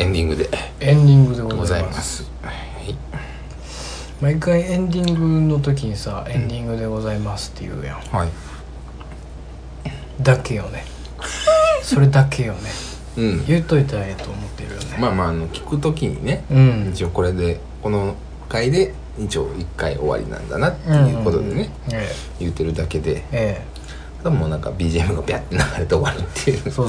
エンディングでございます。 はい、 毎回エンディングの時にさ、エンディングでございますって言うやん、 はい、 だけよねそれだけよね、言っといたらええと思ってるよね。 まあ聞く時にね、一応これでこの回で一応1回終わりなんだなっていうことでね、言ってるだけで、でもなんか BGM がビャって流れて終わるっていうそう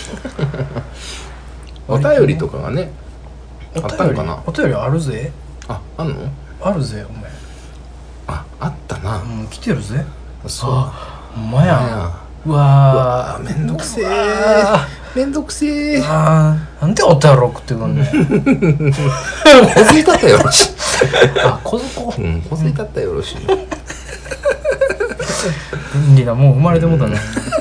お便りとかがねあったのかな。 お便りあるぜ。 あんの？ あるぜお前。 あったな。 来てるぜ。 そうほんまや。うわめんどくせえ。 なんでお便り送ってくんねん小杉だったらよろしい小僧小杉だったらよろしい便利なもう生まれてもたね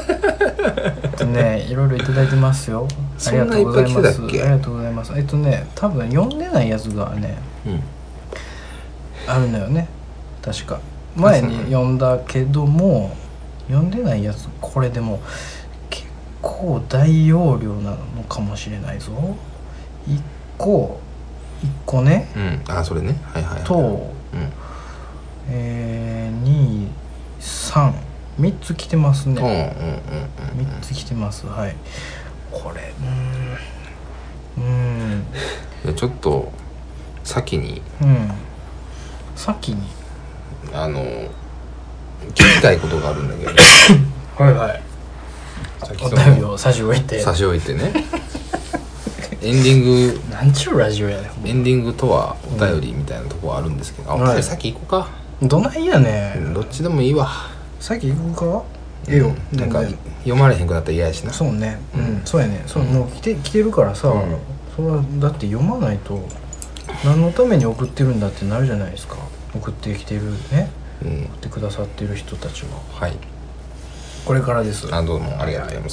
いろいろいただいてますよ。ありがとうございます。ありがとうございます。多分読んでないやつがね、あるのよね。確か前に読んだけども読んでないやつ、これでも結構大容量なのかもしれないぞ。1個ね、 それね、 と、2、3、3つ来てますね。3つ来てます。はい。これちょっと先に聞きたいことがあるんだけどはいお便りを差し置いてねエンディングなんちゅうラジオやねん。 エンディングとはお便りみたいなところあるんですけど、お便り先行こうか。 どないやねん。 どっちでもいいわ。 先行こうか。よなんか読まれへんくなったら嫌やしな。 そうね、そうやね。もう来てるからさ、それはだって読まないと何のために送ってるんだってなるじゃないですか。送ってきてるね、送ってくださってる人たちは。はい、これからです。 どうもありがとうございます。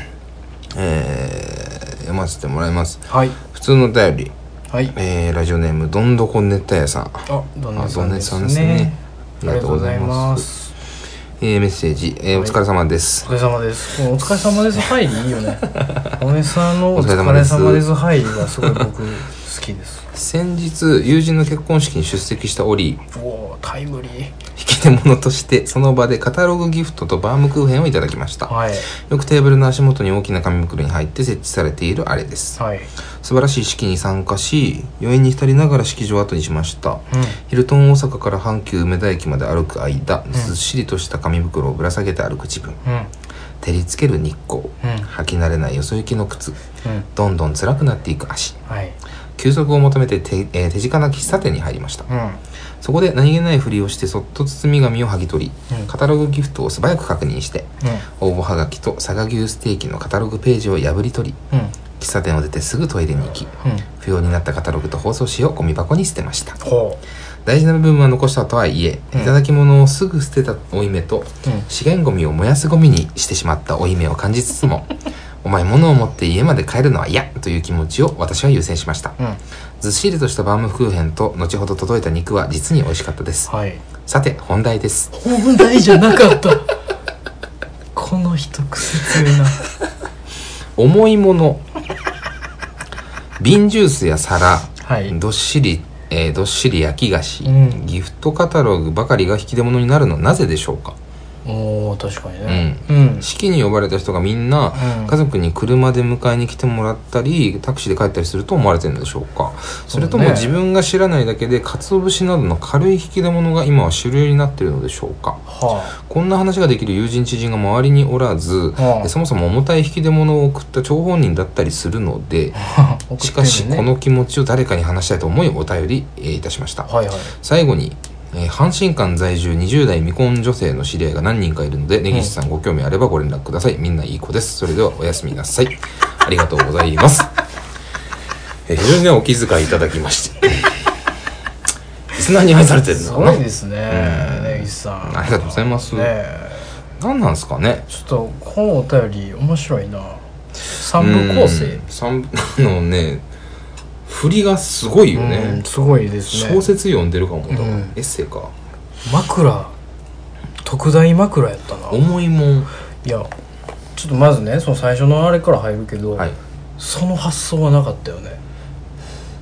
読ませてもらいます。 はい。 普通のお便り。 はい。 ラジオネームどんどこネタ屋さん。 どんねさんですね。ありがとうございます。 メッセージ、お疲れ様です。 お疲れ様です。お疲れ様です入りいいよね。おねさんのお疲れ様です入りがすごい僕好きです。 先日友人の結婚式に出席した折、 タイムリー。 引き出物としてその場でカタログギフトとバームクーヘンをいただきました。よくテーブルの足元に大きな紙袋に入って設置されているあれです。素晴らしい式に参加し、余韻に浸りながら式場を後にしました。ヒルトン大阪から阪急梅田駅まで歩く間、ずっしりとした紙袋をぶら下げて歩く自分、照りつける日光、履き慣れないよそ行きの靴、どんどん辛くなっていく足、休息を求めて手近な喫茶店に入りました。そこで何気ないふりをしてそっと包み紙を剥ぎ取り、カタログギフトを素早く確認して、応募はがきと佐賀牛ステーキのカタログページを破り取り、喫茶店を出てすぐトイレに行き、不要になったカタログと包装紙をゴミ箱に捨てました。大事な部分は残したとはいえ、いただき物をすぐ捨てた負い目と、資源ゴミを燃やすゴミにしてしまった負い目を感じつつもお前物を持って家まで帰るのは嫌という気持ちを私は優先しました。ずっしりとしたバームクーヘンと後ほど届いた肉は実に美味しかったです。さて本題です。 本題じゃなかったこの人癖強いな重いもの、瓶ジュースや皿、どっしり焼き菓子、ギフトカタログばかりが引き出物になるのはなぜでしょうか。 確かにね、 式に呼ばれた人がみんな、家族に車で迎えに来てもらったりタクシーで帰ったりすると思われてるのでしょうか。それとも自分が知らないだけで鰹節などの軽い引き出物が今は主流になっているのでしょうか。こんな話ができる友人知人が周りにおらず、そもそも重たい引き出物を送った張本人だったりするのでしかしこの気持ちを誰かに話したいと思いお便りいたしました。最後に阪神間在住20代未婚女性の知り合いが何人かいるので、根岸さんご興味あればご連絡ください。みんないい子です。それではおやすみなさい。ありがとうございます。非常にねお気遣いいただきましてリスナーに愛されてるのかな。 すごいですね、根岸さん。 ありがとうございます。何なんですかね。 ちょっとこのお便り面白いな。3部構成。 3部のね振りがすごいよね。 すごいですね。 小説読んでるかも。エッセイか。 枕、特大枕やったな。 重いもん。 いやちょっとまずねその最初のあれから入るけど、その発想はなかったよね。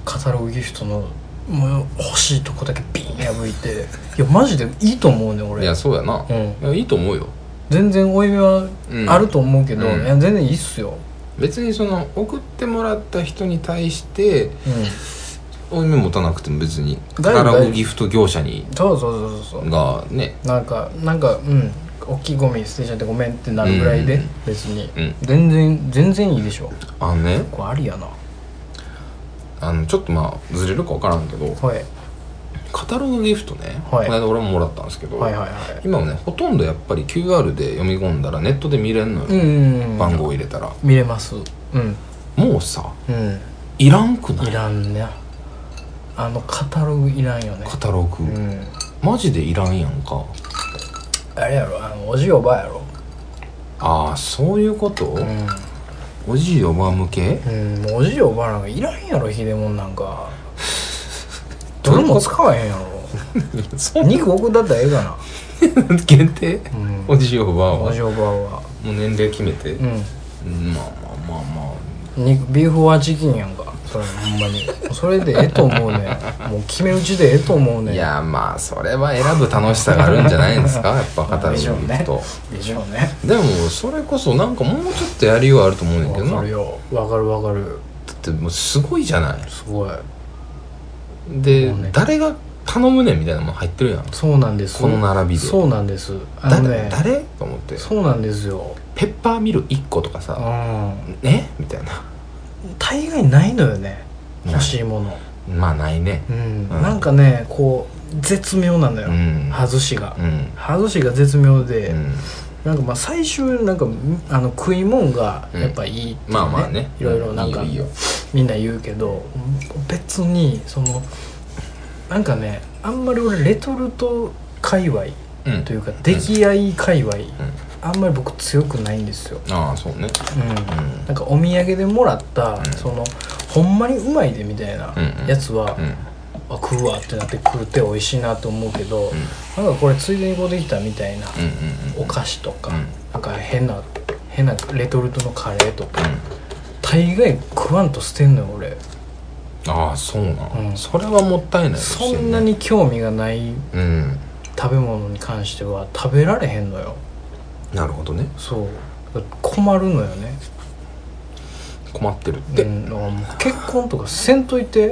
カタログギフトのもう欲しいとこだけビーン破いていやマジでいいと思うね俺。 いやそうやな、いやいいと思うよ。 全然負い目はあると思うけど、いや全然いいっすよ。 別にその送ってもらった人に対して負い目持たなくても別にカタログギフト業者にそうがねなんか大きいゴミ捨てちゃってごめんってなるぐらいで、別に、全然いいでしょ。 ねこれありやな。 ちょっとまあずれるか分からんけど、 はい、 カタログギフトね、 はい、 この間俺ももらったんですけど、今はねほとんどやっぱり QR で読み込んだらネットで見れんのよ、番号入れたら見れます。 もうさ、いらんくない？ いらんね。カタログいらんよね。 カタログ、マジでいらんやんか。 あれやろ、おじおばやろ。 ああそういうこと、おじいおば向け？ もうおじいおばなんかいらんやろ、ひでもんなんかどれも使わへんやろ肉送ったったらええかな限定、おじいおばはおじいおばはもう年齢決めて、まあビーフはチキンやんか、それほんまにそれでええと思うねもう決め打ちでええと思うね。 いやまあそれは選ぶ楽しさがあるんじゃないですかやっぱカタログギフトでしょうね。 でもそれこそなんかもうちょっとやりようあると思うねんけどな。 わかるよ、わかる。 だってもうすごいじゃない。 すごいで、誰が頼むねんみたいなもん入ってるやん。 そうなんです、 この並びで。 そうなんです。 誰と思って。 そうなんですよ。 ペッパーミル1個とかさ、みたいな大概ないのよね、欲しいもの。 まあないね、 なんかねこう絶妙なのよ、外しが絶妙で、なんかまあ最終なんか食い物がやっぱいいっていうね、いろいろなんかみんな言うけど、別にそのなんかねあんまり俺レトルト界隈というか出来合い界隈あんまり僕強くないんですよ。 ああそうね。 なんかお土産でもらったそのほんまにうまいでみたいなやつは食うわってなって食うて美味しいなと思うけど、なんかこれついでにこうできたみたいなお菓子とかなんか変なレトルトのカレーとか大概食わんと捨てんのよ俺。 ああそうな、それはもったいないですよね。 そんなに興味がない食べ物に関しては食べられへんのよ。 なるほどね。 そう困るのよね。 困ってるって、 もう結婚とかせんといて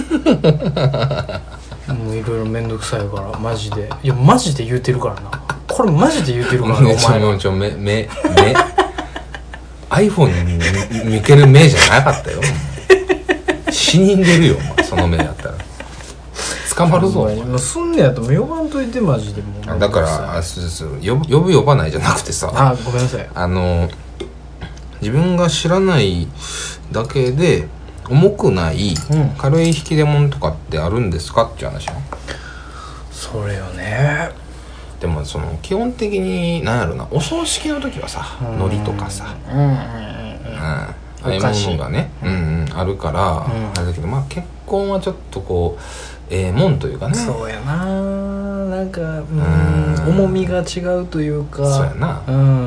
もういろいろめんどくさいからマジで。いやマジで言うてるからな、これマジで言うてるからなお前目iPhone に向ける目じゃなかったよ死人出るよその目だったら捕まるぞ。 すんねやとも呼ばんといてマジで。もうだから呼ぶ呼ばないじゃなくてさ、 ごめんなさい、 自分が知らないだけで重くない軽い引き出物とかってあるんですかっていう話よ。 それよね。 でもその基本的に何やろな、お葬式の時はさ海苔とかさああいうものがねあるからあれだけど、まあ結婚はちょっとこうもんというかね。 そうやな、なんか重みが違うというか。 そうやな。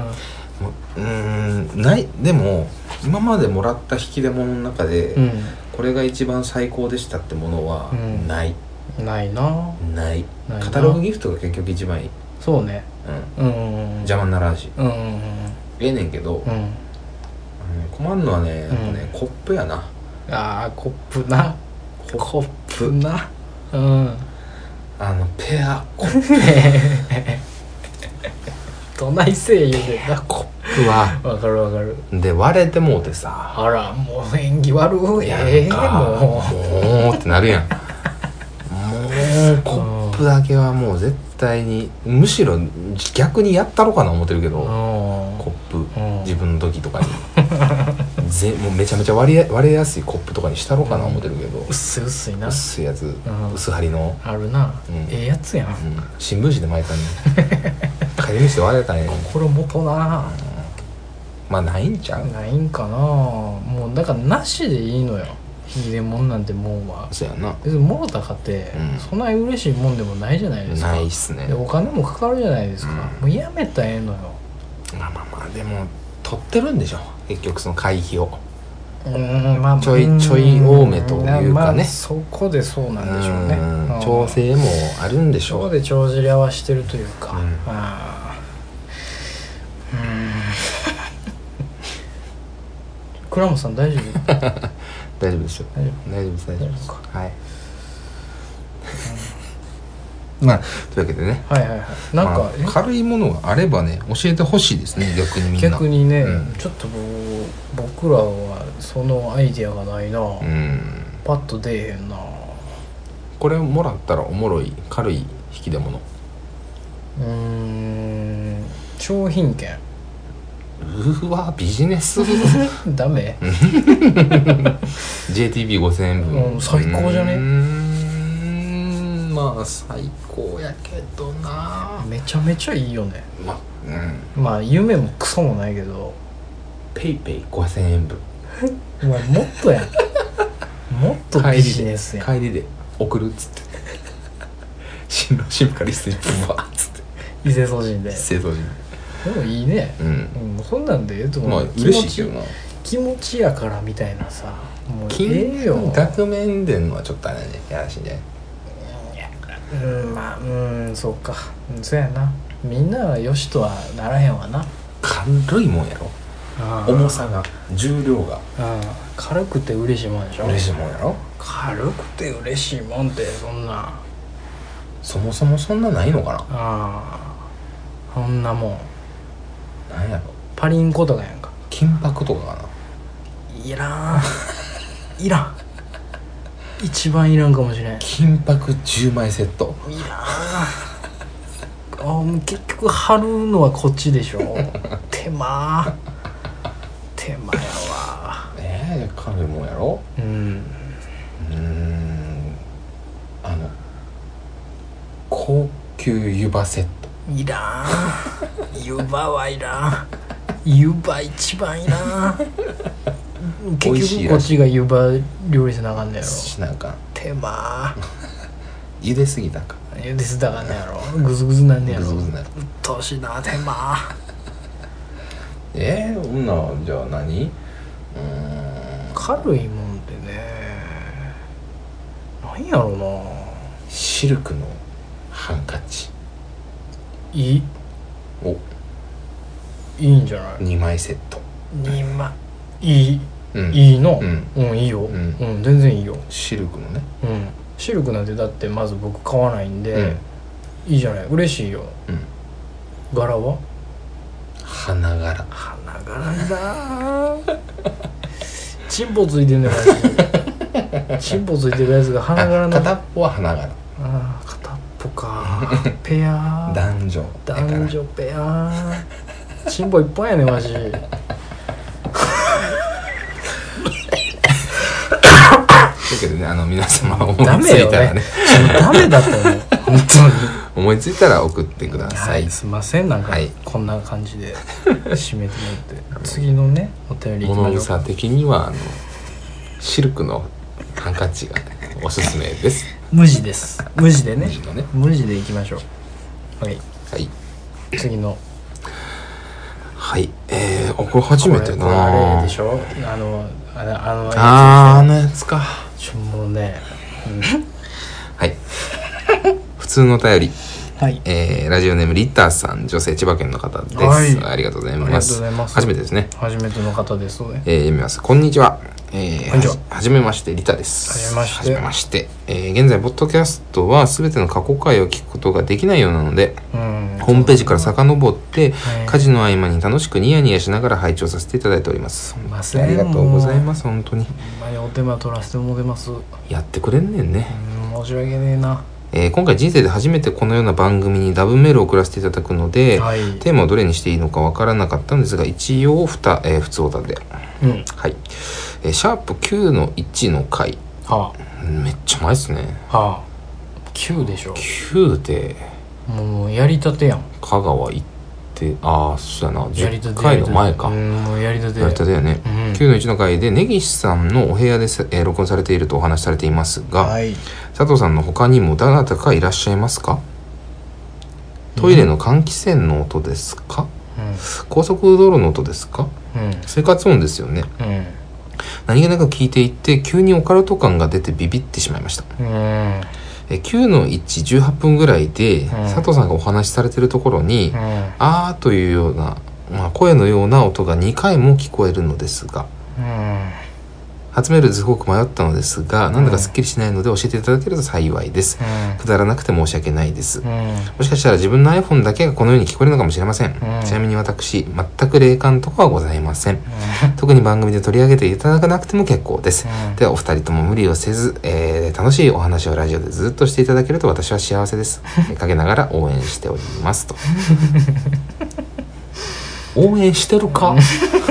ないでも今までもらった引き出物の中で、これが一番最高でしたってものはない、 ないな。 カタログギフトが結局一番いい。 そうね、 邪魔にならんし、ええねんけど、困るのはねやっぱね、コップやな。 コップな。 ペアコップどないせえ言うてんな。 コップはわかるで割れてもうてさ、 あらもう縁起悪い。もうってなるやんもうコップだけはもう絶対に、むしろ逆にやったろかな思ってるけど、コップ自分の時とかにもうめちゃめちゃ割れやすいコップとかにしたろかな思ってるけど、 薄いな、 薄いやつ、薄張りのあるな、ええやつやん、 新聞紙で巻いたね帰り道で割れたね。 心もとな、 まあないんちゃう。 ないんかな。もうだからなしでいいのよ、引出物なんてもんは。 そうやな。 別にもろたかって、そんなに嬉しいもんでもないじゃないですか。 ないっすね。 でお金もかかるじゃないですか、もうやめたらええのよ。 まあでも取ってるんでしょ結局その会費を。 まあ、 ちょい多めというかね、 まあ、そこでそうなんでしょうね。 調整もあるんでしょう。 そこで帳尻合わしてるというか、倉本さん大丈夫？ 大丈夫ですよ。大丈夫です。はい。まあというわけでね、 なんか、 軽いものがあればね教えてほしいですね。逆にみんな。 逆にね、ちょっと僕らはそのアイディアがないな。パッと出えへんな。 これもらったらおもろい軽い引き出物。 商品券。 うわビジネスダメ JTB5000 円分、 最高じゃね。 まあ最高やけどな。 めちゃめちゃいいよね。まあ夢もクソもないけどペイペイ5000円分お前もっとやんもっとビジネスやん。 帰りで送るっつって新郎新婦から一斉にブワーっつって伊勢総人ででもいいね。そんなんでまあ嬉しいけどな。 気持ちやからみたいなさ、もうええよ。 額面でんのはちょっとあれねやらしいんじゃない。 まあそうか、そうやな。みんなはよしとはならへんわな。 軽いもんやろ。重さが重量が軽くて嬉しいもんでしょ。 嬉しいもんやろ。 軽くて嬉しいもんってそんなそもそもそんなないのかな。そんなもんなんやろ。 パリンコとかやんか。 金箔とかかな。 いらんいらん一番いらんかもしれん。 金箔10枚セットいらん結局貼るのはこっちでしょ手間やわ。 軽いもんやろ。高級湯葉セットいらん湯葉はいらん湯葉一番いらん結局こっちが湯葉料理せなあかんねやろ。 しなあかん。 手間茹ですぎたか。 茹ですだかんねやろ。グズグズなんねやろ。 グズグズなる。 うっとうしいな手間ほんなじゃあ何軽いもんってねなんやろな。 シルクのハンカチいいんじゃない。 2枚セット 2枚いいの。いいよ。全然いいよ。 シルクのね。 シルクなんてだってまず僕買わないんで、いいじゃない。嬉しいよ。柄は花柄だチンポついてんねんチンポついてるやつが花柄の。 片っぽは花柄。 片っぽかペア男女ペアチンポいっぱいやねんマジというわけでね皆様思いついたらねダメだと思う本当に思いついたら送ってください。 すいませんなんか、こんな感じで締めてもらって次のねお便りいきましょう。 物草的にはシルクのハンカチがおすすめです。 無地です無地でね無地でいきましょう。はい次のこれ初めてな。 これあれでしょ。あのやつか。 もうね普通のお便り。ラジオネームリッターさん、女性千葉県の方です。ありがとうございます。初めてですね。 初めての方ですね。 読みます。こんにちは。はじめましてリタです。はじめまして。現在ポッドキャストはすべての過去回を聞くことができないようなので、ホームページから遡って家事の合間に楽しくニヤニヤしながら拝聴させていただいております。 すみません。 ありがとうございます。本当に。 お手間取らせてもらってます。 やってくれんねんね。 申し訳ねえな。 今回人生で初めてこのような番組にダブメールを送らせていただくので、テーマをどれにしていいのかわからなかったんですが、一応普通オタで、シャープ 9 の1の回、めっちゃ前ですね。 9でしょ。 9でもうやりたてやん。 香川行って、そうやな、10回の前か。 もうやりたてやね。9の1の回で根岸さんのお部屋で、録音されているとお話しされていますが、佐藤さんの他にもどなたかいらっしゃいますか？トイレの換気扇の音ですか？高速道路の音ですか？生活音ですよね。 何気なく聞いていて急にオカルト感が出てビビってしまいました。9の1、18分ぐらいで、佐藤さんがお話しされているところに、あーというような、声のような音が2回も聞こえるのですが、集めるすごく迷ったのですが、なんだかすっきりしないので教えていただけると幸いです。くだらなくて申し訳ないです。もしかしたら自分の iPhone だけがこのように聞こえるのかもしれません。ちなみに私、全く霊感とかはございません。特に番組で取り上げていただかなくても結構です。ではお二人とも無理をせず、楽しいお話をラジオでずっとしていただけると私は幸せです。かけながら応援しておりますと。応援してるか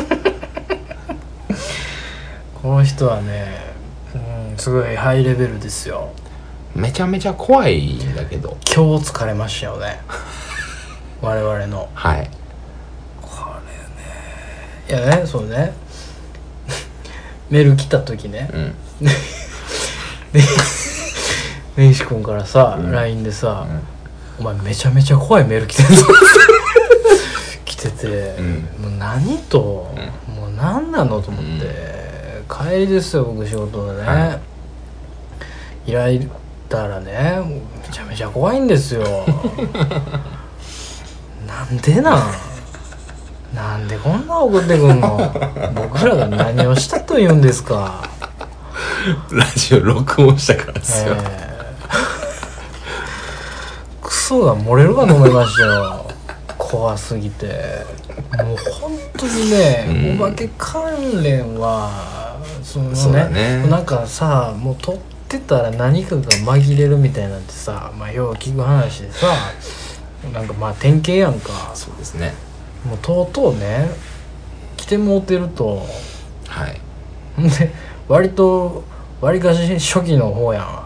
この人はね、すごいハイレベルですよ。 めちゃめちゃ怖いんだけど今日疲れましたよね我々の。 はいこれね、いやね、そうねメール来た時ね、根岸君からさ、LINE でさ、お前めちゃめちゃ怖いメール来てるぞ来てて、もう何と、もう何なのと思って、帰りですよ僕仕事でね、依頼ったらねめちゃめちゃ怖いんですよなんでなんでこんな送ってくんの僕らが何をしたと言うんですか。 ラジオ録音したからですよ、 クソが漏れるかと思いましたよ怖すぎて。もう本当にね、お化け関連はそうね、なんかさ、もう撮ってたら何かが紛れるみたいなんてさ、よう聞く話でさ、なんか典型やんか。 そうですね。 もうとうとうね来てもうてると、で割かし初期の方やん、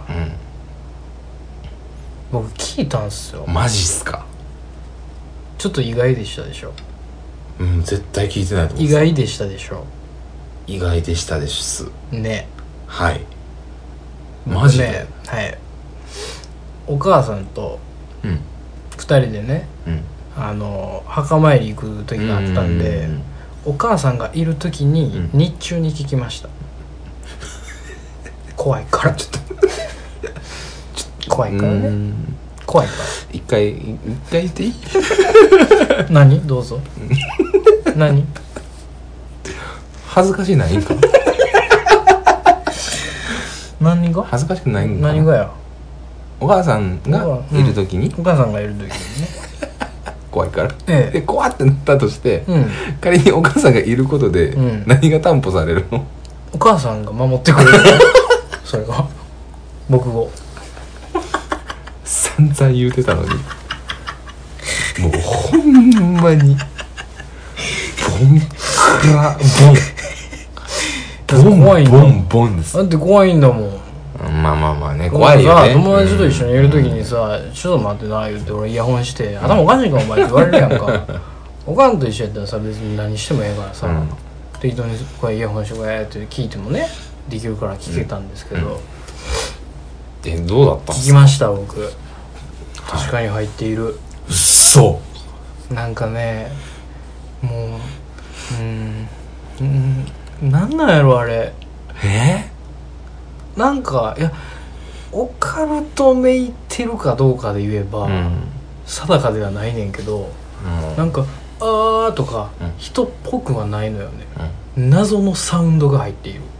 僕聞いたんすよ。 マジっすか。 ちょっと意外でしたでしょ。 絶対聞いてないと思う。 意外でしたでしょ。 意外でしたですね。 はい。マジで、 ね、はい。お母さんと2人でね、墓参り行く時があったんで、お母さんがいる時に日中に聞きました、怖いからちょっと怖いからね、怖いから一回言っていい何どうぞ何恥ずかしいないんか何が恥ずかしくないんか。 何がや。 お母さんがいる時に、 お母さんがいる時にね怖いから、で怖ってなったとして、仮にお母さんがいることで何が担保されるの。 お母さんが守ってくれるそれは僕を散々言うてたのに、もうほんまにボンクラボンボンです。 だって怖いんだもん。 まあね、怖いよね。 友達と一緒にいる時にさ、ちょっと待ってな言って俺イヤホンして頭おかしいかお前って言われるやんかおかんと一緒やったらさ別に何してもええからさ、適当にこれイヤホンしてこれって聞いてもねできるから聞けたんですけど、 どうだったんですか。 聞きました僕。確かに入っている。 うっそ。 なんかね、もうなんなんやろあれ。なんかいやオカルトめいてるかどうかで言えば、定かではないねんけど、なんかあーとか、人っぽくはないのよね、謎のサウンドが入っている。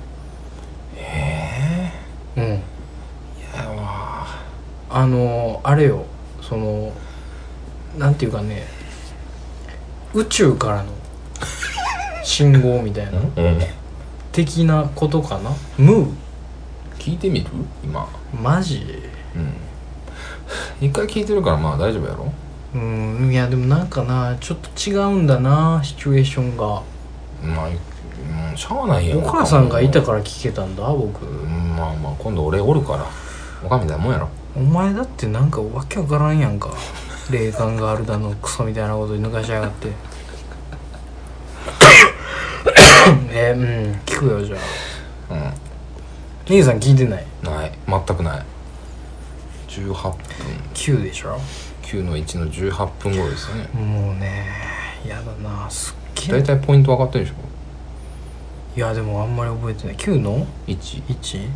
あれよ、なんていうかね、宇宙からの信号みたいな、的なことかな。 聞いてみる今。 マジ。 一回聞いてるからまあ大丈夫やろ。 いやでもなんかな、ちょっと違うんだなシチュエーションが。 しゃあないやん。 お母さんがいたから聞けたんだ僕。 まあ今度俺おるからおかみたいなもんやろ。 お前だってなんかわけわからんやんか霊感があるだのクソみたいなことに抜かしやがって聞くよじゃあ。兄さん聞いてない？ ない全くない。18分 9でしょ。 9の1の18分頃ですよね。 もうねやだな、すっげえ。 だいたいポイント分かってるでしょ。 いやでもあんまり覚えてない。9の 1？ 1？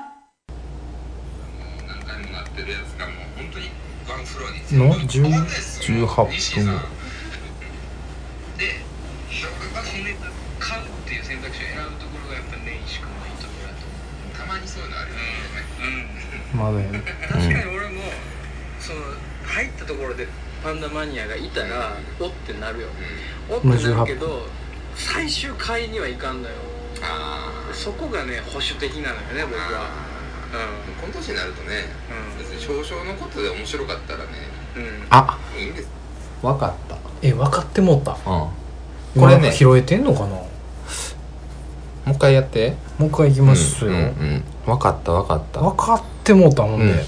何回もなってるやつがもう本当にワンフロアにの 18分で、買うっていう選択肢を選ぶところがやっぱ根岸君のいいところだと思う。 たまにそういうのあるよね。 まだやね。 確かに俺もその入ったところでパンダマニアがいたらおってなるよ、おってなるけど最終回にはいかんのよ。そこがね保守的なのよね僕は。 この年になるとね、別に少々のことで面白かったらね、 あ、 いいんです。 分かった。分かってもうた。 これね拾えてんのかな。 もう一回やって。 もう一回いきますよ。 分かった分かった。 分かってもうたもんで。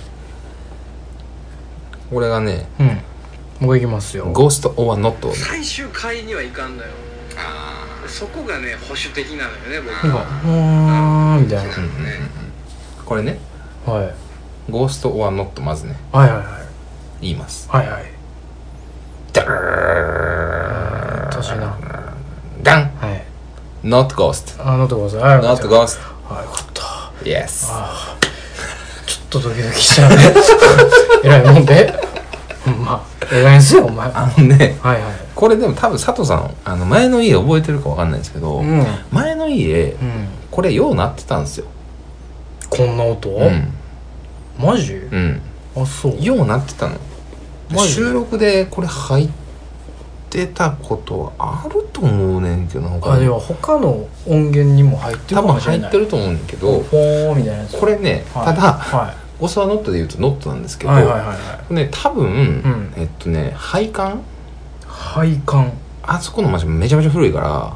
これがね、 もう一回いきますよ。 ゴーストオアノット。 最終回にはいかんのよ。そこがね保守的なのよね僕は。みたいな。 これね。 はい。 ゴーストオアノットまずね。 はいはいはい。 言います。 はいはい。 ダー。 年な。 ガン。 はい。 Not Ghost。 Not Ghost。 Not Ghost。 はい、よかった。 Yes。 ちょっとドキドキしちゃうね。えらいもんで。まあ、えらいんすよお前。 ね。 はいはい。 これでも多分佐藤さん前の家覚えてるかわかんないんですけど、前の家これようなってたんですよ。 こんな音？マジ？あ、そう。 ようなってたの。収録でこれ入ってたことはあると思うねんけど。 では他の音源にも入ってるかもしれない。 多分入ってると思うんだけど、 フォーみたいなやつ。 これね、ただゴーストアノットで言うとノットなんですけど、ね、多分配管あそこのマンションめちゃめちゃ古いから、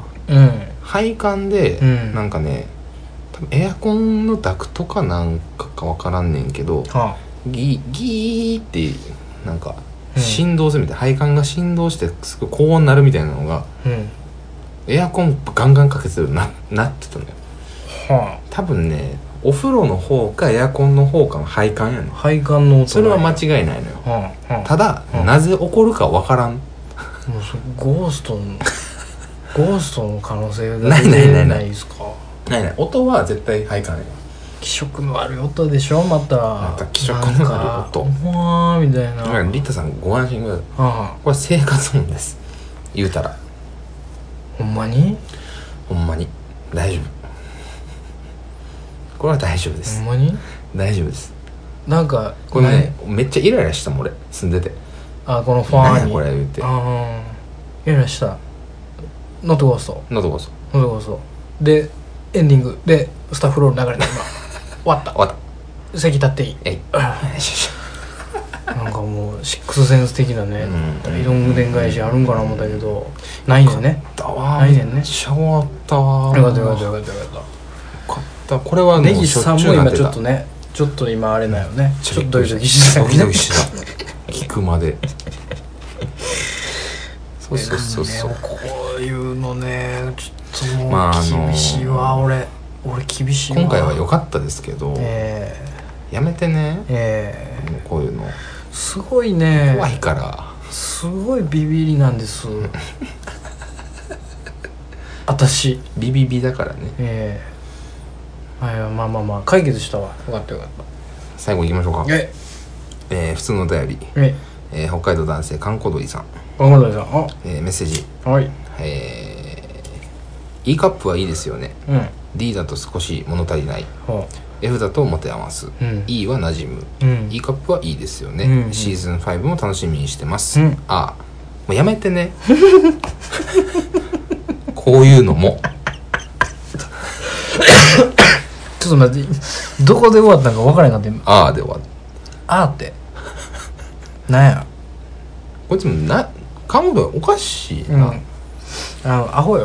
配管でなんかね、多分エアコンのダクトかなんかか分からんねんけど、ギーってなんか振動するみたいな、配管が振動してすごい高温になるみたいなのが、エアコンガンガンかけてるなってたのよ。多分ね、お風呂の方かエアコンの方かの配管やねん。 配管の音。 それは間違いないのよ。ただなぜ起こるか分からん。 もうゴーストの可能性が出てないですか？ ない音は絶対配管や。 気色の悪い音でしょ。また気色の悪い音みたいな。 リッタさんご安心ください。これ生活音です、言うたら。 ほんまに大丈夫。これは大丈夫です。 ほんまに大丈夫です。 なんかこれね、めっちゃイライラしたもん俺住んでて。 このファンに何やこれ言うて。 イライラした。ノットゴーストでエンディングでスタッフロール流れた。今終わった席立っていい。なんかもうシックスセンス的なね、大どんでん返しあるんかな思ったけど、ないねんね。ないねんね。 めっちゃ終わったわ。 よかったこれはネギさんも今ちょっとね、ちょっと今あれだよね。ちょっとドキドキしてた。 聞くまで。そうこういうのね、ちょっともう厳しいわ。俺厳しいわ。 今回は良かったですけど、やめてね。こういうのすごいね、 怖いから。 すごいビビりなんです私ビビビだからね。 まあ解決したわ。よかった。 最後行きましょうか。普通のお便り、北海道男性かんこ鳥さん。 メッセージ。E カップはいいですよね。D だと少し物足りない。F だと持て余す。E は馴染む。E カップはいいですよね。シーズン5も楽しみにしてます。もうやめてね。こういうのも。 ちょっと待って、どこで終わったんか分からへんかった。 で終わった。 ってなんやこいつも看護おかしいな。 アホよ。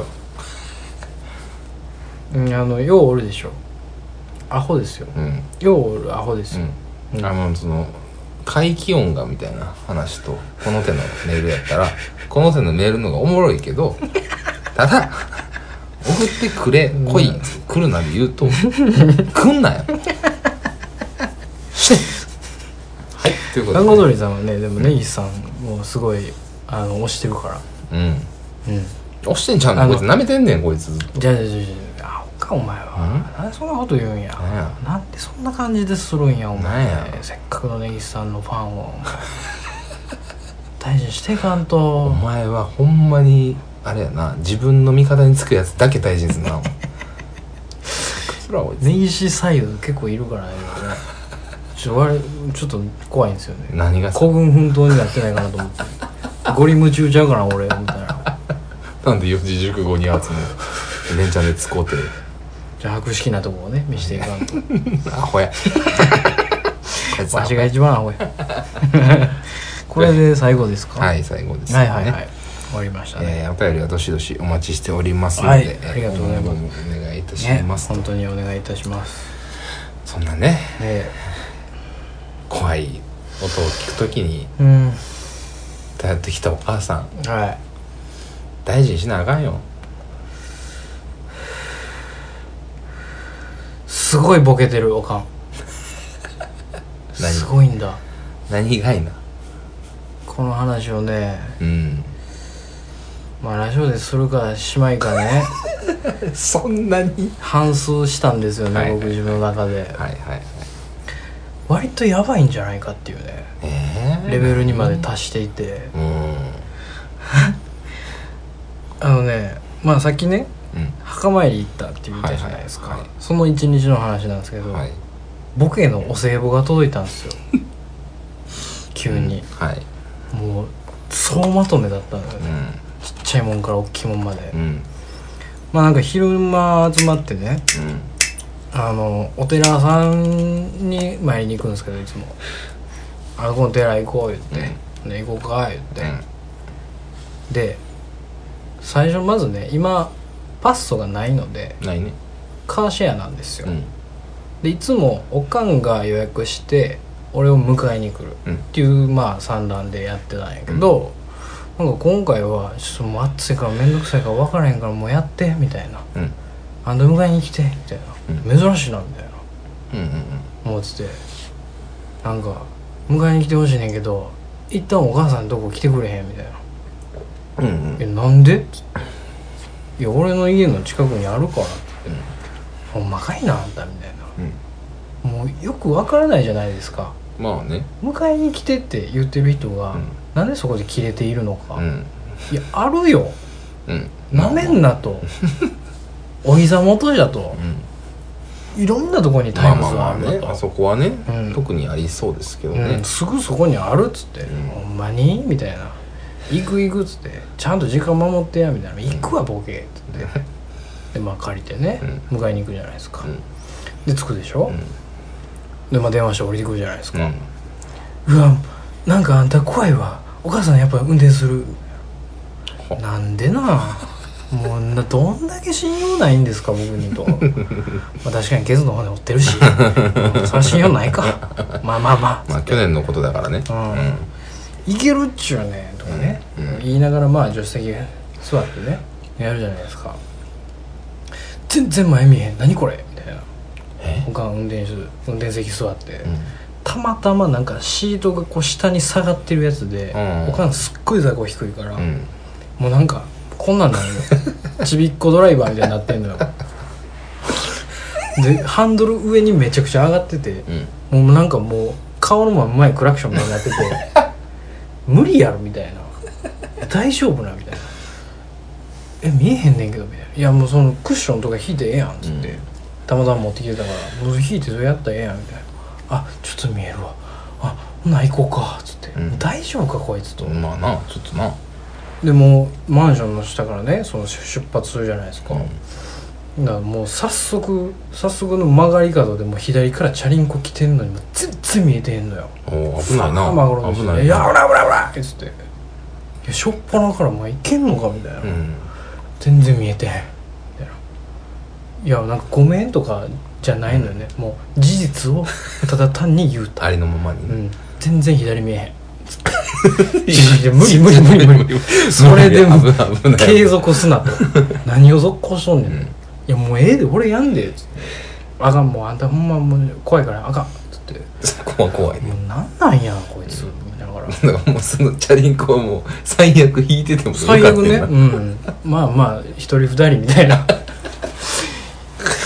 ようおるでしょ。アホですよ。ようおるアホですよ。 その怪奇音がみたいな話とこの手のメールやったらこの手のメールのがおもろいけど、ただ送ってくれ来るなで言うと来んなよ。はい、ということで、 看護鳥さんはね、でもネギさんもすごい推してるから。 推してんちゃうのこいつ。舐めてんねんこいつ。 じゃあかお前は。なんでそんなこと言うんや。なんでそんな感じでするんやお前。せっかくの根岸さんのファンを大事にしていかんと。 お前はほんまにあれやな、自分の味方につくやつだけ大事にするな。 根岸サイド結構いるからね。ちょっと怖いんですよね。 何が孤軍奮闘になってないかなと思ってゴリ夢中ちゃうかな俺みたいな。 なんで四字熟語に集め連チャンで使うて。 じゃあ博識なとこをね見せていかんと。 アホやわしが一番アホや。これで最後ですか。 はい最後ですね。 はい終わりましたね。 お便りはどしどしお待ちしておりますので、 はい、ありがとうございます。 お願いいたします、 本当にお願いいたします。 そんなね、怖い音を聞くときに頼ってきたお母さん、大事にしなあかんよ。 すごいボケてるおかん。すごいんだ。 何がいなこの話をね、まあラジオでするかしまいかねそんなに反芻したんですよね、僕自分の中で。割とやばいんじゃないかっていうね、レベルにまで達していて、まあさっきね、墓参り行ったって言ったじゃないですか。その一日の話なんですけど、ボケのお歳暮が届いたんですよ急に、もう総まとめだったんだよね、ちっちゃいもんから大きいもんまで、まあなんか昼間集まってね、お寺さんに参りに行くんですけど、いつもこの寺行こう言って、行こうか言って、で最初まずね、今パッソがないのでないね、 カーシェアなんですよ、でいつもおかんが予約して俺を迎えに来るっていう、まあ算段でやってたんやけど、なんか今回はちょっともう暑いから面倒くさいから分からへんからもうやってみたいな、あんた迎えに来てみたいな、珍しいなみたいな、思ってて、なんか迎えに来てほしいねんけど一旦お母さんのとこ来てくれへんみたいな、なんで？いや俺の家の近くにあるからって言って、ほんまかいなあんたみたいな、もうよくわからないじゃないですか。 まあね、 迎えに来てって言ってる人が、なんでそこでキレているのか、いやあるよ、なめんなと、お膝元じゃと、いろんなとこにタイムズがあるんだと、 あそこはね、特にありそうですけどね、 すぐそこにあるっつって、ほんまにみたいな、行くっつって、ちゃんと時間守ってやみたいな、行くわボケっつって、でまあ借りてね、迎えに行くじゃないですか、で着くでしょ、でまあ電話して降りてくるじゃないですか、うわなんかあんた怖いわ、お母さんやっぱ運転する、なんでな、もうどんだけ信用ないんですか僕にとまあ確かにケツの骨折ってるしそれ信用ないかまあ去年のことだからね、 いけるっちゅうねとかね、言いながらまあ助手席座ってねやるじゃないですか。全然前見えへん、何これみたいな、他の運転席座って、たまたまなんかシートがこう下に下がってるやつで、他のすっごい座高低いから、もうなんかこんなんなのよちびっこドライバーみたいになってんのよでハンドル上にめちゃくちゃ上がってて、もうなんかもう顔のまんまにクラクションみたいになってて無理やろみたいな、大丈夫なみたいな、見えへんねんけどみたいな、いやもうそのクッションとか引いてええやんっつって、たまたま持ってきてたからもう引いてそれやったらええやんみたいな、あちょっと見えるわ、ほな行こうかっつって、大丈夫かこいつと、 まあなちょっとな、 でもうマンションの下からねその出発するじゃないですか、だからもう早速の曲がり角でもう左からチャリンコ来てんのにもう全然見えてへんのよ。 危ないな、 危ない、いや危ないっつって、いやしょっぱなからいけんのかみたいな、全然見えてへんみたいな、いやなんかごめんとかじゃないのよね、もう事実をただ単に言うとありのままに、 全然左見えへんいや無理それでも継続すなと何を続行しとんねん、いやもうええで俺やんでっつって、あかんもうあんたほんまもう怖いからあかんっつって、 怖いね、 もうなんやこいつみたいな、 だからもうそのチャリンコはもう最悪引いてても最悪ね、まあ一人二人みたいな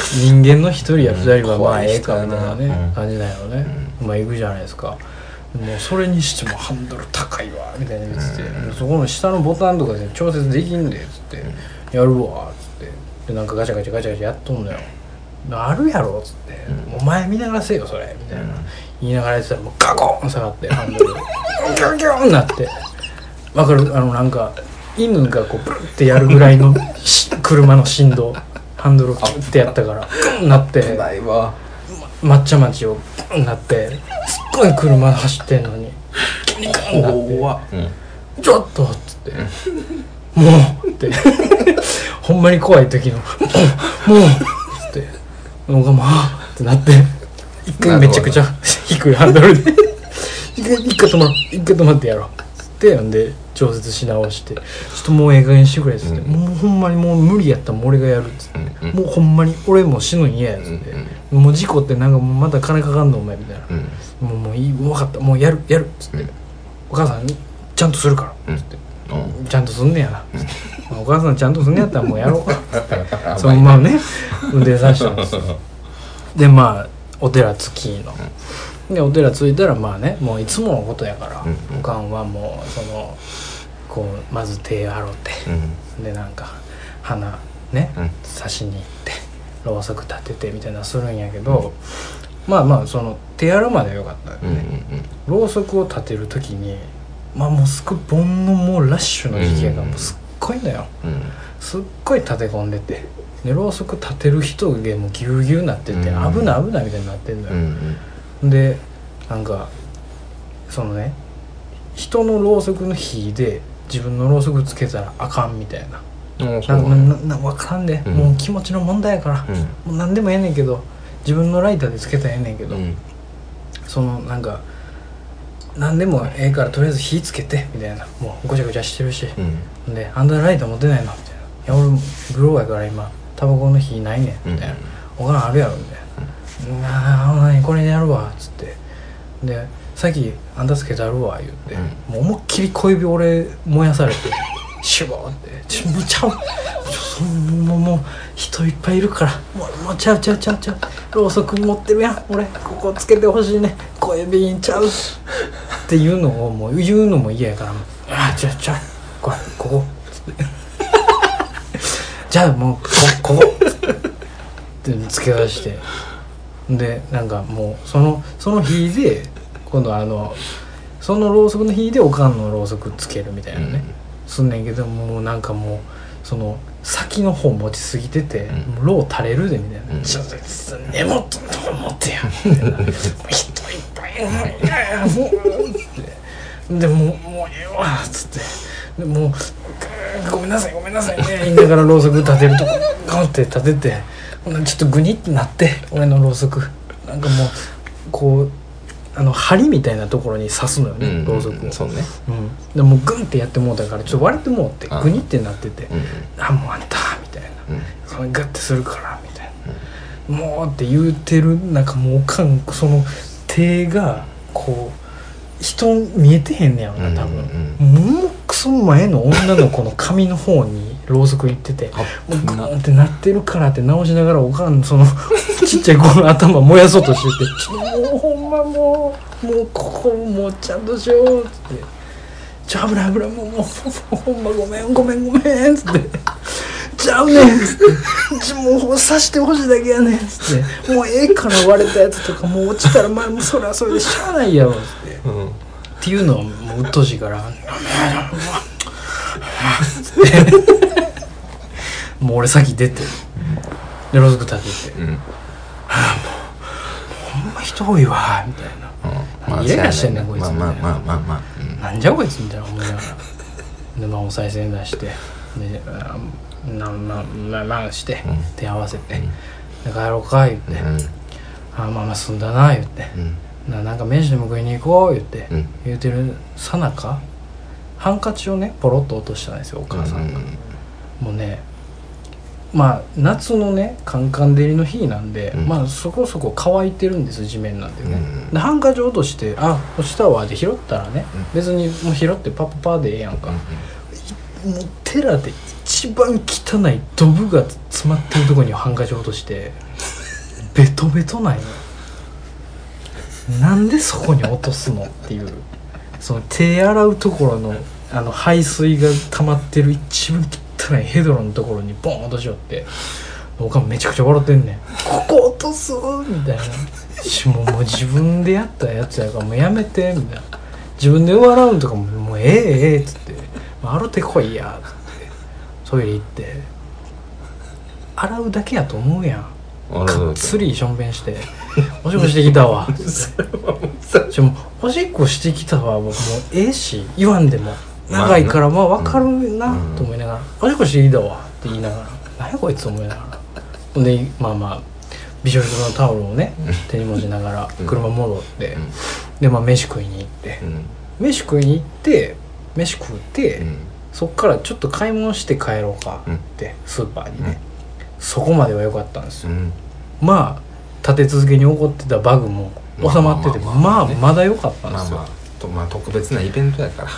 人間の一人や二人はまあええかみたいなね、感じだよね、まあ行くじゃないですか。もうそれにしてもハンドル高いわみたいな言ってて、そこの下のボタンとかで調節できんでっつって、やるわっつって、でなんかガチャガチャガチャガチャやっとんのよ。あるやろっつって、お前見ながらせよそれみたいな言いながらやってたら、もうガコン下がってハンドルギュンギュンなって、わかる？なんか犬がこうブルってやるぐらいの車の振動、ハンドルをキュッてやったからグンなって、抹茶町をグンなって、すっごい車走ってんのにギュンなって、ちょっとっつってもうってほんまに怖い時のもうってのがまあってなって、一回めちゃくちゃ低いハンドルで一回止まってやろうってんで調節し直して、ちょっともうええ加減してくれっつって、もうほんまにもう無理やったらもう俺がやるっつって、もうほんまに俺もう死ぬん嫌やっつって、もう事故ってなんかもうまた金かかんのお前みたいな、もういい分かったもうやるっつって、お母さんちゃんとするからっつって、ちゃんとすんねやなお母さんちゃんとすんねやったらもうやろうかそのままね運転させたんですよ。でまあお寺着きので、お寺着いたらまあね、もういつものことやから、おかんはもうこうまず手洗って、でなんか花ね、刺しに行ってろうそく立ててみたいなするんやけど、まあその手洗うまではよかったよね。ろうそくを立てる時にまあもうすっごい盆のもうラッシュの時期やから、もうすっごいんだよ、すっごい立て込んでて、でろうそく立てる人がもうギュウギュウになってて、危ないみたいになってんだよ、でなんかそのね、人のろうそくの火で自分のろうそくつけたらあかんみたいな、分からんで、もう気持ちの問題やから、もう何でもええねんけど、自分のライターでつけたらええねんけど、そのなんか何でもええからとりあえず火つけてみたいな、もうごちゃごちゃしてるし、であんたライター持ってないのみたいな、いや俺グローやから今タバコの火ないねんみたいな、お金あるやろみたいな、何これでやるわっつって、でさっきあんたつけたるわ言って、もう思いっきり小指俺燃やされてシュボーってもうちゃうもう人いっぱいいるからもうちゃうろうそく持ってるやん俺、ここつけてほしいね、小指にちゃうっていうのをもう言うのも嫌やから、ちゃうここつってじゃあもうここってつけ出して、でなんかもうその火で今度そのろうそくの火でおかんのろうそくつけるみたいなね、すんねんけど、もうなんかもうその先の方持ちすぎてて、もうろう垂れるでみたいな、ちょっと根元のとこ持ってやみたいな人いっぱいいるもうってでもうええわっつって、でもうごめんなさいね言いながらろうそく立てるとこガンって立てて、ちょっとグニってなって、俺のろうそくなんかもうこう針みたいなところに刺すのよね、ろうそくを。 そうね、 でもうグンってやってもうたからちょっと割れてもうってグニってなってて、あもうあんたみたいな、それガッてするからみたいな、もうって言うてる、なんかもうおかんその手がこう人見えてへんねやろな多分、もうクソ前の女の子の髪の方にろうそく行っててもうグーンってなってるからって直しながらおかんそのちっちゃい子の頭燃やそうとしててもうほんまもうここもうちゃんとしようっつって危ないもうほんまごめんっつってちゃうねんっつってもう刺してほしいだけやねんっつってもうええから割れたやつとかもう落ちたら前もそれはそれでしゃあないやろっつって、っていうのはもう鬱陶しいからもう俺先出てでろうそく立てて、もうほんま人多いわみたいな、イライラしてんねんこいつみたいな、なんじゃこいつみたいな思いながらでお賽銭出してでして手合わせて、で帰ろうか言って、まあ済んだな言って、なんか飯でも食いに行こう言って、言うてるさなかハンカチをねポロッと落としたんですよお母さんが、もうねまあ夏のねカンカン照りの日なんで、まあそこそこ乾いてるんです地面なんでね、でハンカチ落として落ちたわで拾ったらね、別にもう拾ってパッパパーでええやんか、もう寺で一番汚いドブが詰まってるところにハンカチ落としてベトベトなんよ。なんでそこに落とすのっていう、その手洗うところの排水が溜まってる一番汚いヘドロのところにボン落としよって、僕はめちゃくちゃ笑ってんねん。ここ落とすみたいな。もう自分でやったやつやからもうやめてみたいな。自分で笑うとかもうええっつって、洗ってこいやっつってトイレ行って洗うだけやと思うやん。かっつりしょんべんしておしっこしてきたわもおしっこしてきたわ僕もうええし言わんでも長いからまあ分かるなと思いながら、おしっこしてきたわって言いながら、何やこいつ思いながら、ほんでまあびしょびしょのタオルをね手に持ちながら車戻って、で飯食いに行って、飯食って、そっからちょっと買い物して帰ろうかってスーパーにね、そこまでは良かったんですよ、まあ立て続けに起こってたバグも収まってて、まだ良かったんですよ。 まあ特別なイベントやから、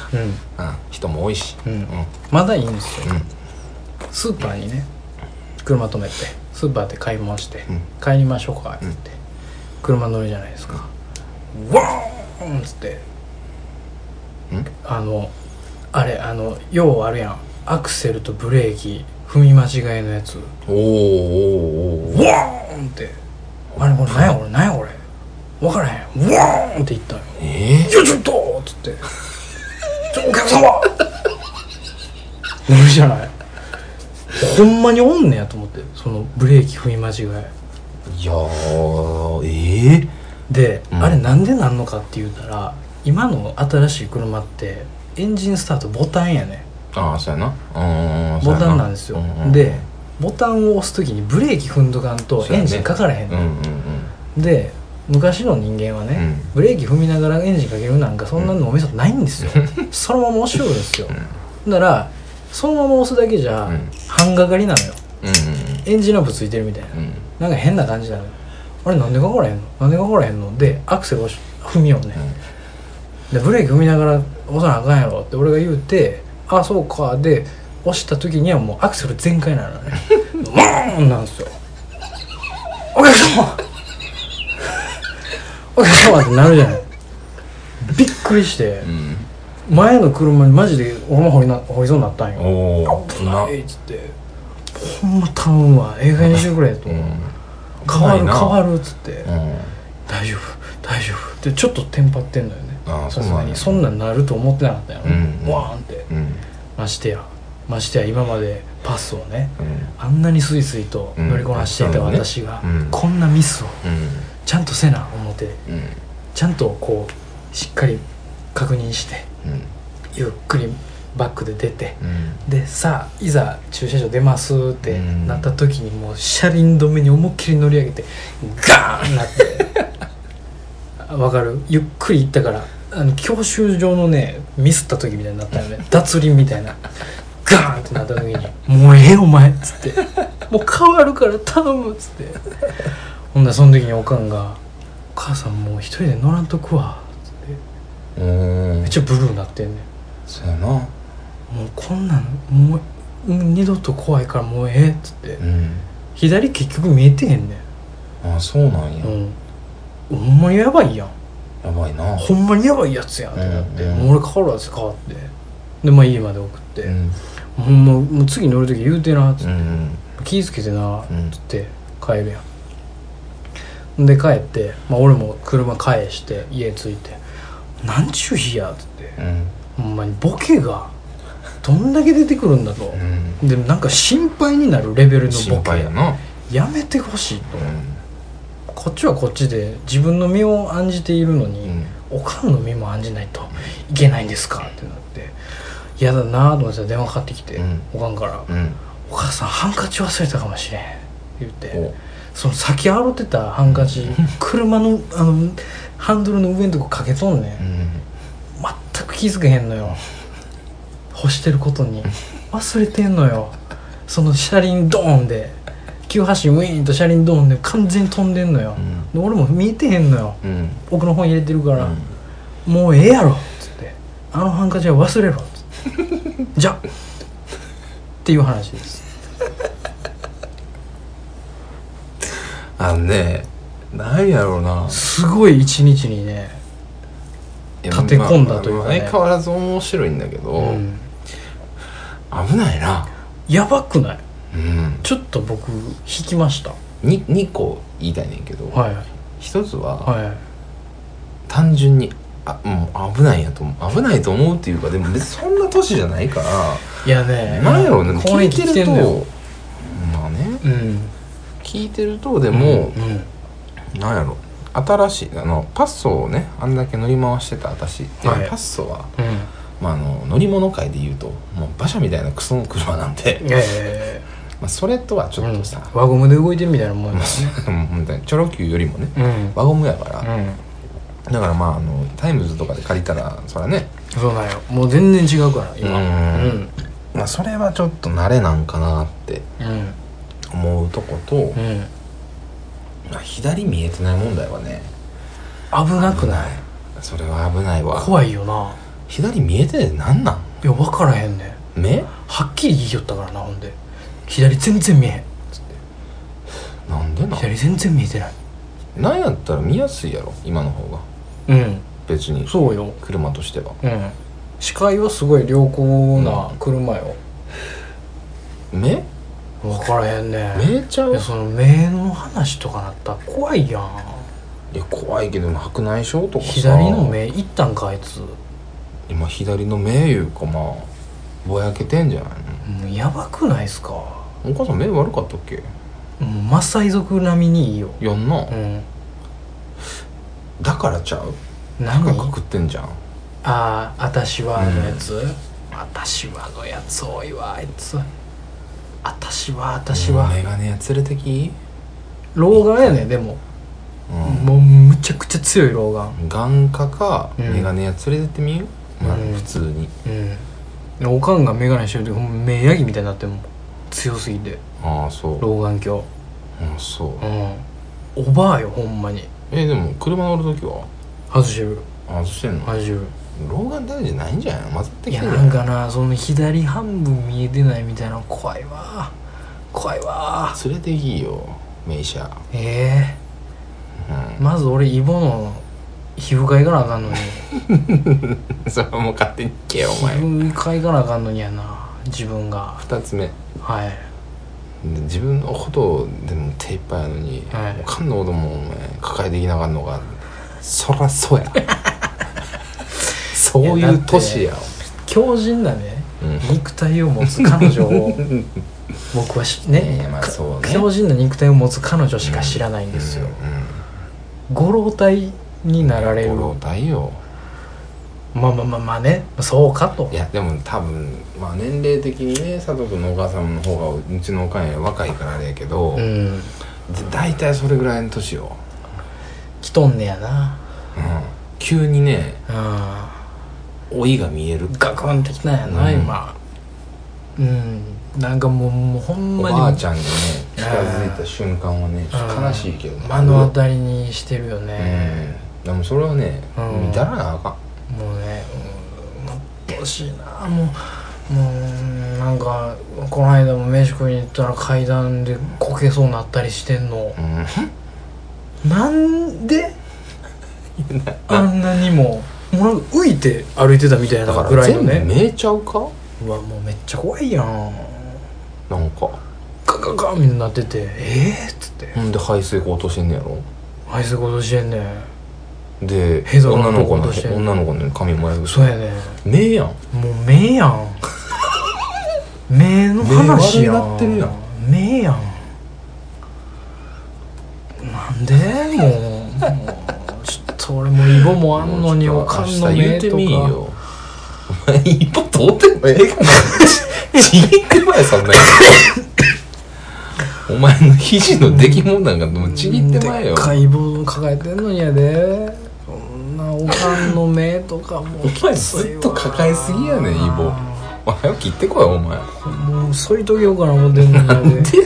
人も多いし、 まだいいんですよ、スーパーにね車止めてスーパーで買い物して、帰りましょうかって言って、車乗るじゃないですか、ワーンっつって、あれようあるやん、アクセルとブレーキ踏み間違いのやつ、ワーンって、あれこれ何やこれ分からへん、ワーンって言ったよ。ちょっとっつってお客様なるじゃない。ほんまにおんねやと思って、そのブレーキ踏み間違い。 いやーで、あれなんでなんのかって言うたら、今の新しい車ってエンジンスタートボタンやね。 ああそうやな、 ボタンなんですよ、でボタンを押すときにブレーキ踏んどかんとエンジンかからへんね、で昔の人間はね、ブレーキ踏みながらエンジンかけるなんかそんなのお店ないんですよ、そのまま押しよるんですよ、だからそのまま押すだけじゃ半がかりなのよ、エンジンランプついてるみたいな、なんか変な感じなのよ。あれなんでかからへんのでアクセルを踏みようね、でブレーキ踏みながら押さなあかんやろって俺が言うて、あそうかで押した時にはもうアクセル全開なのねワーンなんですよ。お客様ってなるじゃない。びっくりして、前の車にマジで俺も掘りそうになったんよ。危ないっつって、ほんま頼むわ映画にしてくれと、変わるっつって、大丈夫ってちょっとテンパってんのよね。さすがにそんなんなると思ってなかったよ、ワーンって、ましてや今までパスをね、あんなにスイスイと乗りこなしていた私が、こんなミスをちゃんとせな思って、ちゃんとこうしっかり確認して、ゆっくりバックで出て、でさあいざ駐車場出ますってなった時にもう車輪止めに思いっきり乗り上げてガーンなってわかる？ゆっくり行ったから教習所のねミスった時みたいになったよね。脱輪みたいなガーンってなった時にもうええお前っつってもう変わるから頼むっつってほんならその時におかんが「お母さんもう一人で乗らんとくわ」っつってめっちゃブルーになってんねん。 そうやな、もうこんなんもう二度と怖いからもうええっつって、左結局見えてへんねん。 あそうなんや、 ほんまにやばいやん、 やばいな、 ほんまにやばいやつやんってなって、もう俺変わるやつ変わって、でまあ家まで送って、ほんまもう次乗る時言うてなっつって、気ぃつけてなっつって帰るやん。で帰って、まあ、俺も車返して家着いてなんちゅう日やっつって、ほんまにボケがどんだけ出てくるんだと、でもなんか心配になるレベルのボケやめてほしいと、こっちはこっちで自分の身を案じているのに、おかんの身も案じないといけないんですかってなって、嫌だなと思ってたら電話かかってきて、おかんから、お母さんハンカチ忘れたかもしれんって言って、その先洗ってたハンカチ車のハンドルの上のとこかけとんねん、全く気づけへんのよ、干してることに忘れてんのよ。その車輪ドーンで急発進ウィーンと車輪ドーンで完全に飛んでんのよ、で俺も見えてへんのよ、奥の方に入れてるから、もうええやろっつって、あのハンカチは忘れろっつってじゃあっていう話です。 ねなんやろうな、 すごい一日にね立て込んだというかね、 相変わらず面白いんだけど、危ないな。 やばくない？ちょっと僕引きました。 2個言いたいねんけど、1つは、単純にもう危ないと思うっていうか、でも別にそんな年じゃないから、 いやね、 なんやろうね、聞いてるとまあね、聞いてるとでも、なんやろ、新しいパッソをねあんだけ乗り回してた私、パッソは、乗り物界でいうともう馬車みたいなクソの車なんで、それとはちょっとさ、 輪ゴムで動いてるみたいなもんですね。 本当にチョロ Q よりもね、輪ゴムやから、だからタイムズとかで借りたらそらね、 そうなんよ、もう全然違うから今。 それはちょっと慣れなんかなって思うとこと、左見えてない問題はね、 危なくない？ それは危ないわ。 怖いよな。 左見えてなんなん？ いや分からへんねん。 目？ はっきり言いよったからな。ほんで左全然見えへんつって。 なんでな？ 左全然見えてない。 なんやったら見やすいやろ今の方が。別にそうよ、 車としては。 視界はすごい良好な車よ。 目？ 分からへんね。 目ちゃう？ いや、その目の話とかなったら怖いやん。 いや怖いけど白内障とかさ。 左の目いったんかあいつ。 今左の目いうかぼやけてんじゃないの？ もうやばくないっすか？ お母さん目悪かったっけ？ マサイ族並みにいいよ。 やんな。だからちゃう？ 何？ 高く食ってんじゃん。 あたしはのやつ、あたしはのやつ多いわあいつ。あたしはメガネや連れてき？ 老眼やね。でももうむちゃくちゃ強い老眼。 眼科かメガネや連れてってみる？普通に。 おかんがメガネしてる時目ヤギみたいになってんもん、強すぎて。 そう。 老眼鏡。 そう。 おばあよほんまに。 でも車乗る時は外してる。 外してんの？ 外してる。 老眼大事ないんじゃないの？混ざってきてる。 いやなんかな、その左半分見えてないみたいなの怖いわ。 連れてきいよ名医者。 まず俺イボの皮膚科行かなあかんのにそれはもう勝手に行けよお前。 皮膚科行かなあかんのにやな自分が。 2つ目、自分のことでも手いっぱいやのに、おかんのこともお前抱えていきなあかんのが、そらそうやそういう年や。 強靭なね、肉体を持つ彼女を僕は強靭な肉体を持つ彼女しか知らないんですよ。ご老体になられる。 ご老体よ。 まあね、そうかと。 いやでも多分年齢的にね、佐藤君のお母さんの方がうちのおかんより若いからあれやけど、大体それぐらいの年よ。 来とんねやな。 急にね、老いが見える。 ガクンってきたんやな今。なんかもうほんまにおばあちゃんにね近づいた瞬間はねちょっと悲しいけど、 目の当たりにしてるよね。 でもそれはね見たらなあかん。 もうね、もっとしいな。もうなんかこの間も飯食いに行ったら階段でこけそうになったりしてんの。なんであんなにもうなんか浮いて歩いてたみたいなぐらいのね。 全部見えちゃうか。 もうめっちゃ怖いやん。 なんかガガガみたいになってて、っつって。 ほんで排水口落としてんねやろ。 排水口落としてんねん。 で女の子の髪もやる。 そうやね。 目やん。もう目やん。目の話やん。 目悪なってるやん。 目やん。なんでもうちょっと俺もイボもあんのにおかんの目とか。 お前イボ通ってもええかなちぎってまえそんなお前の肘の出来物なんかもうちぎってまえよ。 でっかいイボ抱えてんのにやで。そんなおかんの目とかもお前ずっと抱えすぎやねんイボ。お前切ってこいお前。 もう添い遂げようかな思ってんのにやで。 なんでや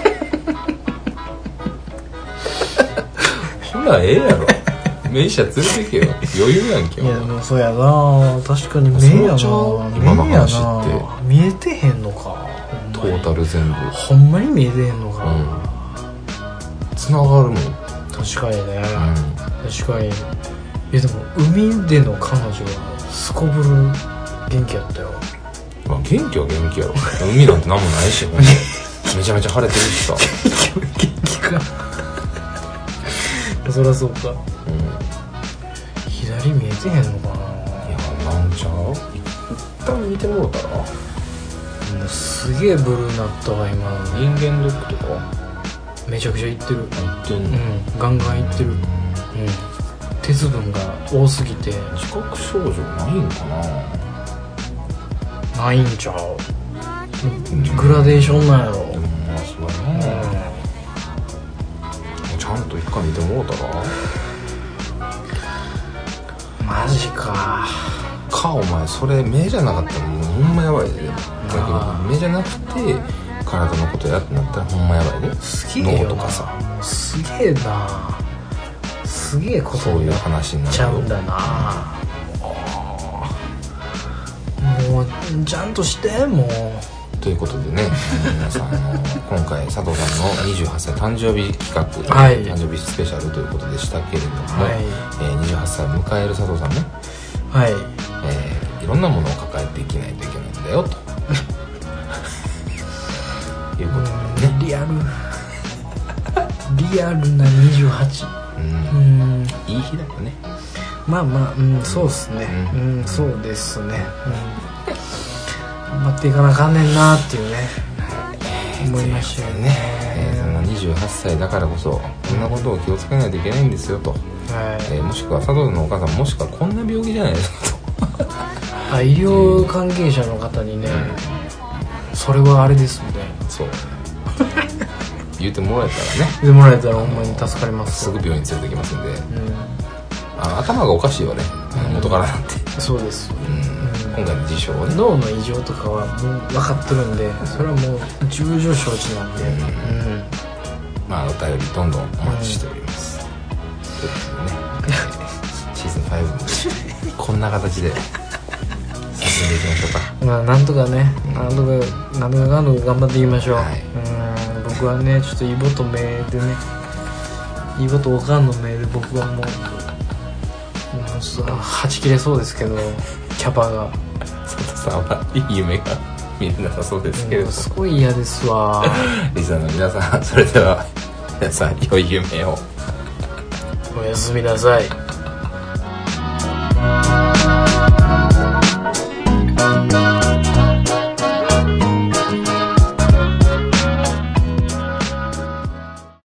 ほらええやろ。名医者連れてけよ。余裕やんけ。 いやもうそうやな。確かに目やな。 今の話って見えてへんのか。 トータル全部ほんまに見えてへんのか。 繋がるもん。 確確かにね、確かに。でも海での彼女はすこぶる元気やったよ。 まあ、元気は元気やろ。海なんて何もないしめちゃめちゃ晴れてるしさ。 元気かそりゃそうか、左見えてへんのかな。 いや、なんちゃう。一旦見てもろたら。 すげえブルーなったわ今。 人間ドックとかめちゃくちゃいってる。いってんの、 ガンガンいってる。鉄分が多すぎて。 自覚症状ないんかな。ないんちゃう。グラデーションなんやろ。 でもまあそうやな、ちゃんと一回見てもらったら。 マジか。 お前それ目じゃなかったらもうほんまやばいで。逆に目じゃなくて体のことやってなったらほんまやばいで。 すげえよな。 脳とかさ、 すげえな。すげえことになっちゃうんだな。もうちゃんとしてもう。 ということでね、皆さん今回佐藤さんの28歳誕生日企画、誕生日スペシャルということでしたけれども、28歳を迎える佐藤さんね、いろんなものを抱えていけないといけないんだよということでね、 リアルな28。 いい日だよね。 まあまあ、そうっすね。そうですね。頑張っていかなあかんねんなっていうね、思いましたよね。 そんな28歳だからこそこんなことを気をつけないといけないんですよと、もしくは佐藤のお母さんもしくはこんな病気じゃないですかと医療関係者の方にね、それはあれですみたいな、 そう言ってもらえたらね、 言ってもらえたらほんまに助かります。 すぐ病院連れてきますんで、頭がおかしいよね、元からなんて。そうです、今回の事象をね、 脳の異常とかはもう分かってるんで、それはもう重々承知なんで、 まあお便りどんどんお待ちしております、ということでねシーズン5もこんな形で進んでいきましょうか。 まあなんとかね、なんとか頑張っていきましょう。僕はねちょっとイボと目でね、イボとおかんの目で僕はもうはち切れそうですけど、キャパが。 佐藤さんはいい夢が見れなさそうですけれども、 すごい嫌ですわリスナーの皆さん、それでは皆さん良い夢を。 おやすみなさい。